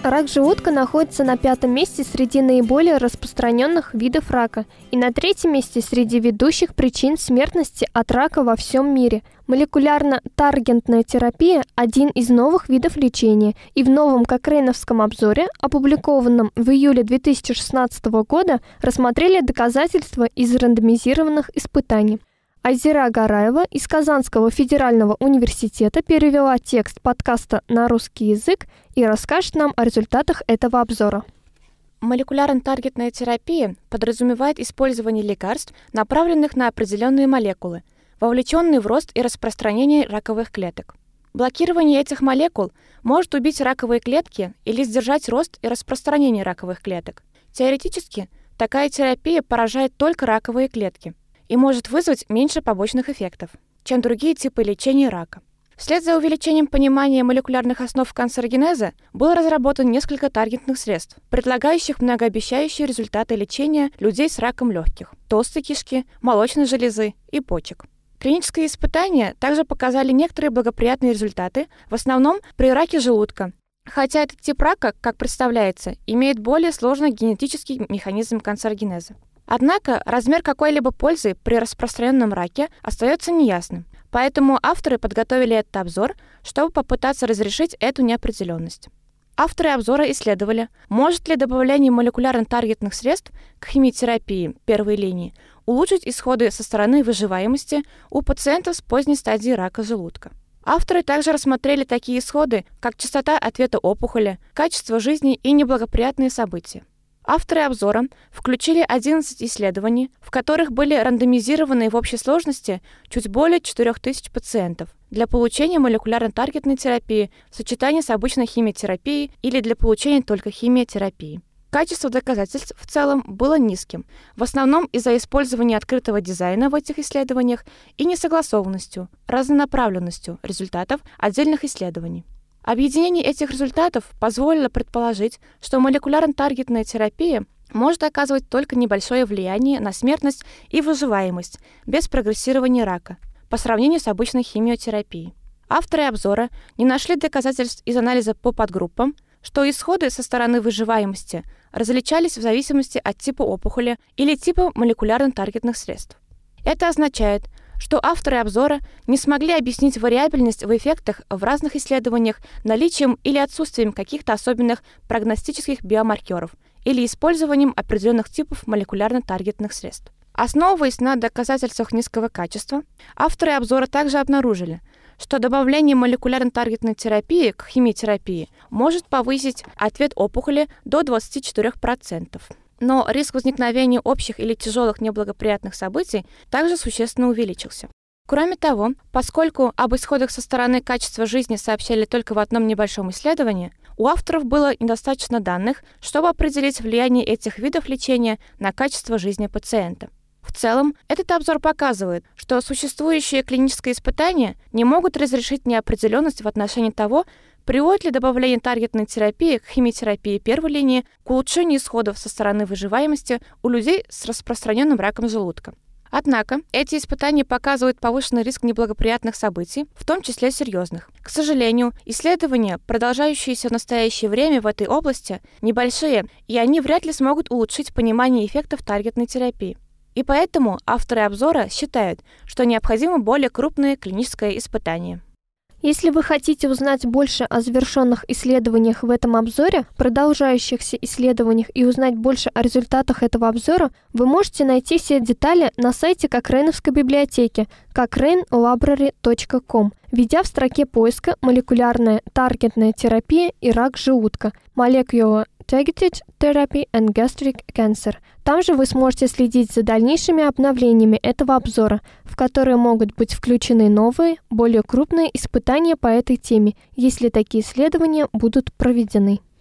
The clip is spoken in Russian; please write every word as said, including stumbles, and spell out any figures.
Рак желудка находится на пятом месте среди наиболее распространенных видов рака и на третьем месте среди ведущих причин смертности от рака во всем мире. Молекулярно-таргетная терапия – один из новых видов лечения, и в новом кокрейновском обзоре, опубликованном в июле две тысячи шестнадцатого года, рассмотрели доказательства из рандомизированных испытаний. Айзира Гараева из Казанского федерального университета перевела текст подкаста на русский язык и расскажет нам о результатах этого обзора. Молекулярно-таргетная терапия подразумевает использование лекарств, направленных на определенные молекулы, вовлеченные в рост и распространение раковых клеток. Блокирование этих молекул может убить раковые клетки или сдержать рост и распространение раковых клеток. Теоретически, такая терапия поражает только раковые клетки и может вызвать меньше побочных эффектов, чем другие типы лечения рака. Вслед за увеличением понимания молекулярных основ канцерогенеза было разработано несколько таргетных средств, предлагающих многообещающие результаты лечения людей с раком легких, толстой кишки, молочной железы и почек. Клинические испытания также показали некоторые благоприятные результаты, в основном при раке желудка, хотя этот тип рака, как представляется, имеет более сложный генетический механизм канцерогенеза. Однако размер какой-либо пользы при распространенном раке остается неясным, поэтому авторы подготовили этот обзор, чтобы попытаться разрешить эту неопределенность. Авторы обзора исследовали, может ли добавление молекулярно-таргетных средств к химиотерапии первой линии улучшить исходы со стороны выживаемости у пациентов с поздней стадии рака желудка. Авторы также рассмотрели такие исходы, как частота ответа опухоли, качество жизни и неблагоприятные события. Авторы обзора включили одиннадцать исследований, в которых были рандомизированы в общей сложности чуть более четыре тысячи пациентов для получения молекулярно-таргетной терапии в сочетании с обычной химиотерапией или для получения только химиотерапии. Качество доказательств в целом было низким, в основном из-за использования открытого дизайна в этих исследованиях и несогласованностью, разнонаправленностью результатов отдельных исследований. Объединение этих результатов позволило предположить, что молекулярно-таргетная терапия может оказывать только небольшое влияние на смертность и выживаемость без прогрессирования рака по сравнению с обычной химиотерапией. Авторы обзора не нашли доказательств из анализа по подгруппам, что исходы со стороны выживаемости различались в зависимости от типа опухоли или типа молекулярно-таргетных средств. Это означает, что авторы обзора не смогли объяснить вариабельность в эффектах в разных исследованиях наличием или отсутствием каких-то особенных прогностических биомаркеров или использованием определенных типов молекулярно-таргетных средств. Основываясь на доказательствах низкого качества, авторы обзора также обнаружили, что добавление молекулярно-таргетной терапии к химиотерапии может повысить ответ опухоли до двадцати четырёх процентов. Но риск возникновения общих или тяжелых неблагоприятных событий также существенно увеличился. Кроме того, поскольку об исходах со стороны качества жизни сообщали только в одном небольшом исследовании, у авторов было недостаточно данных, чтобы определить влияние этих видов лечения на качество жизни пациента. В целом, этот обзор показывает, что существующие клинические испытания не могут разрешить неопределенность в отношении того, приводит ли добавление таргетной терапии к химиотерапии первой линии к улучшению исходов со стороны выживаемости у людей с распространенным раком желудка. Однако, эти испытания показывают повышенный риск неблагоприятных событий, в том числе серьезных. К сожалению, исследования, продолжающиеся в настоящее время в этой области, небольшие, и они вряд ли смогут улучшить понимание эффектов таргетной терапии. И поэтому авторы обзора считают, что необходимо более крупное клиническое испытание. Если вы хотите узнать больше о завершенных исследованиях в этом обзоре, продолжающихся исследованиях и узнать больше о результатах этого обзора, вы можете найти все детали на сайте Кокрейновской библиотеки кокрейн лайбрари точка ком, введя в строке поиска «Молекулярная таргетная терапия и рак желудка» Molecular Targeted Therapy and Gastric Cancer. Там же вы сможете следить за дальнейшими обновлениями этого обзора, в которые могут быть включены новые, более крупные испытания по этой теме, если такие исследования будут проведены.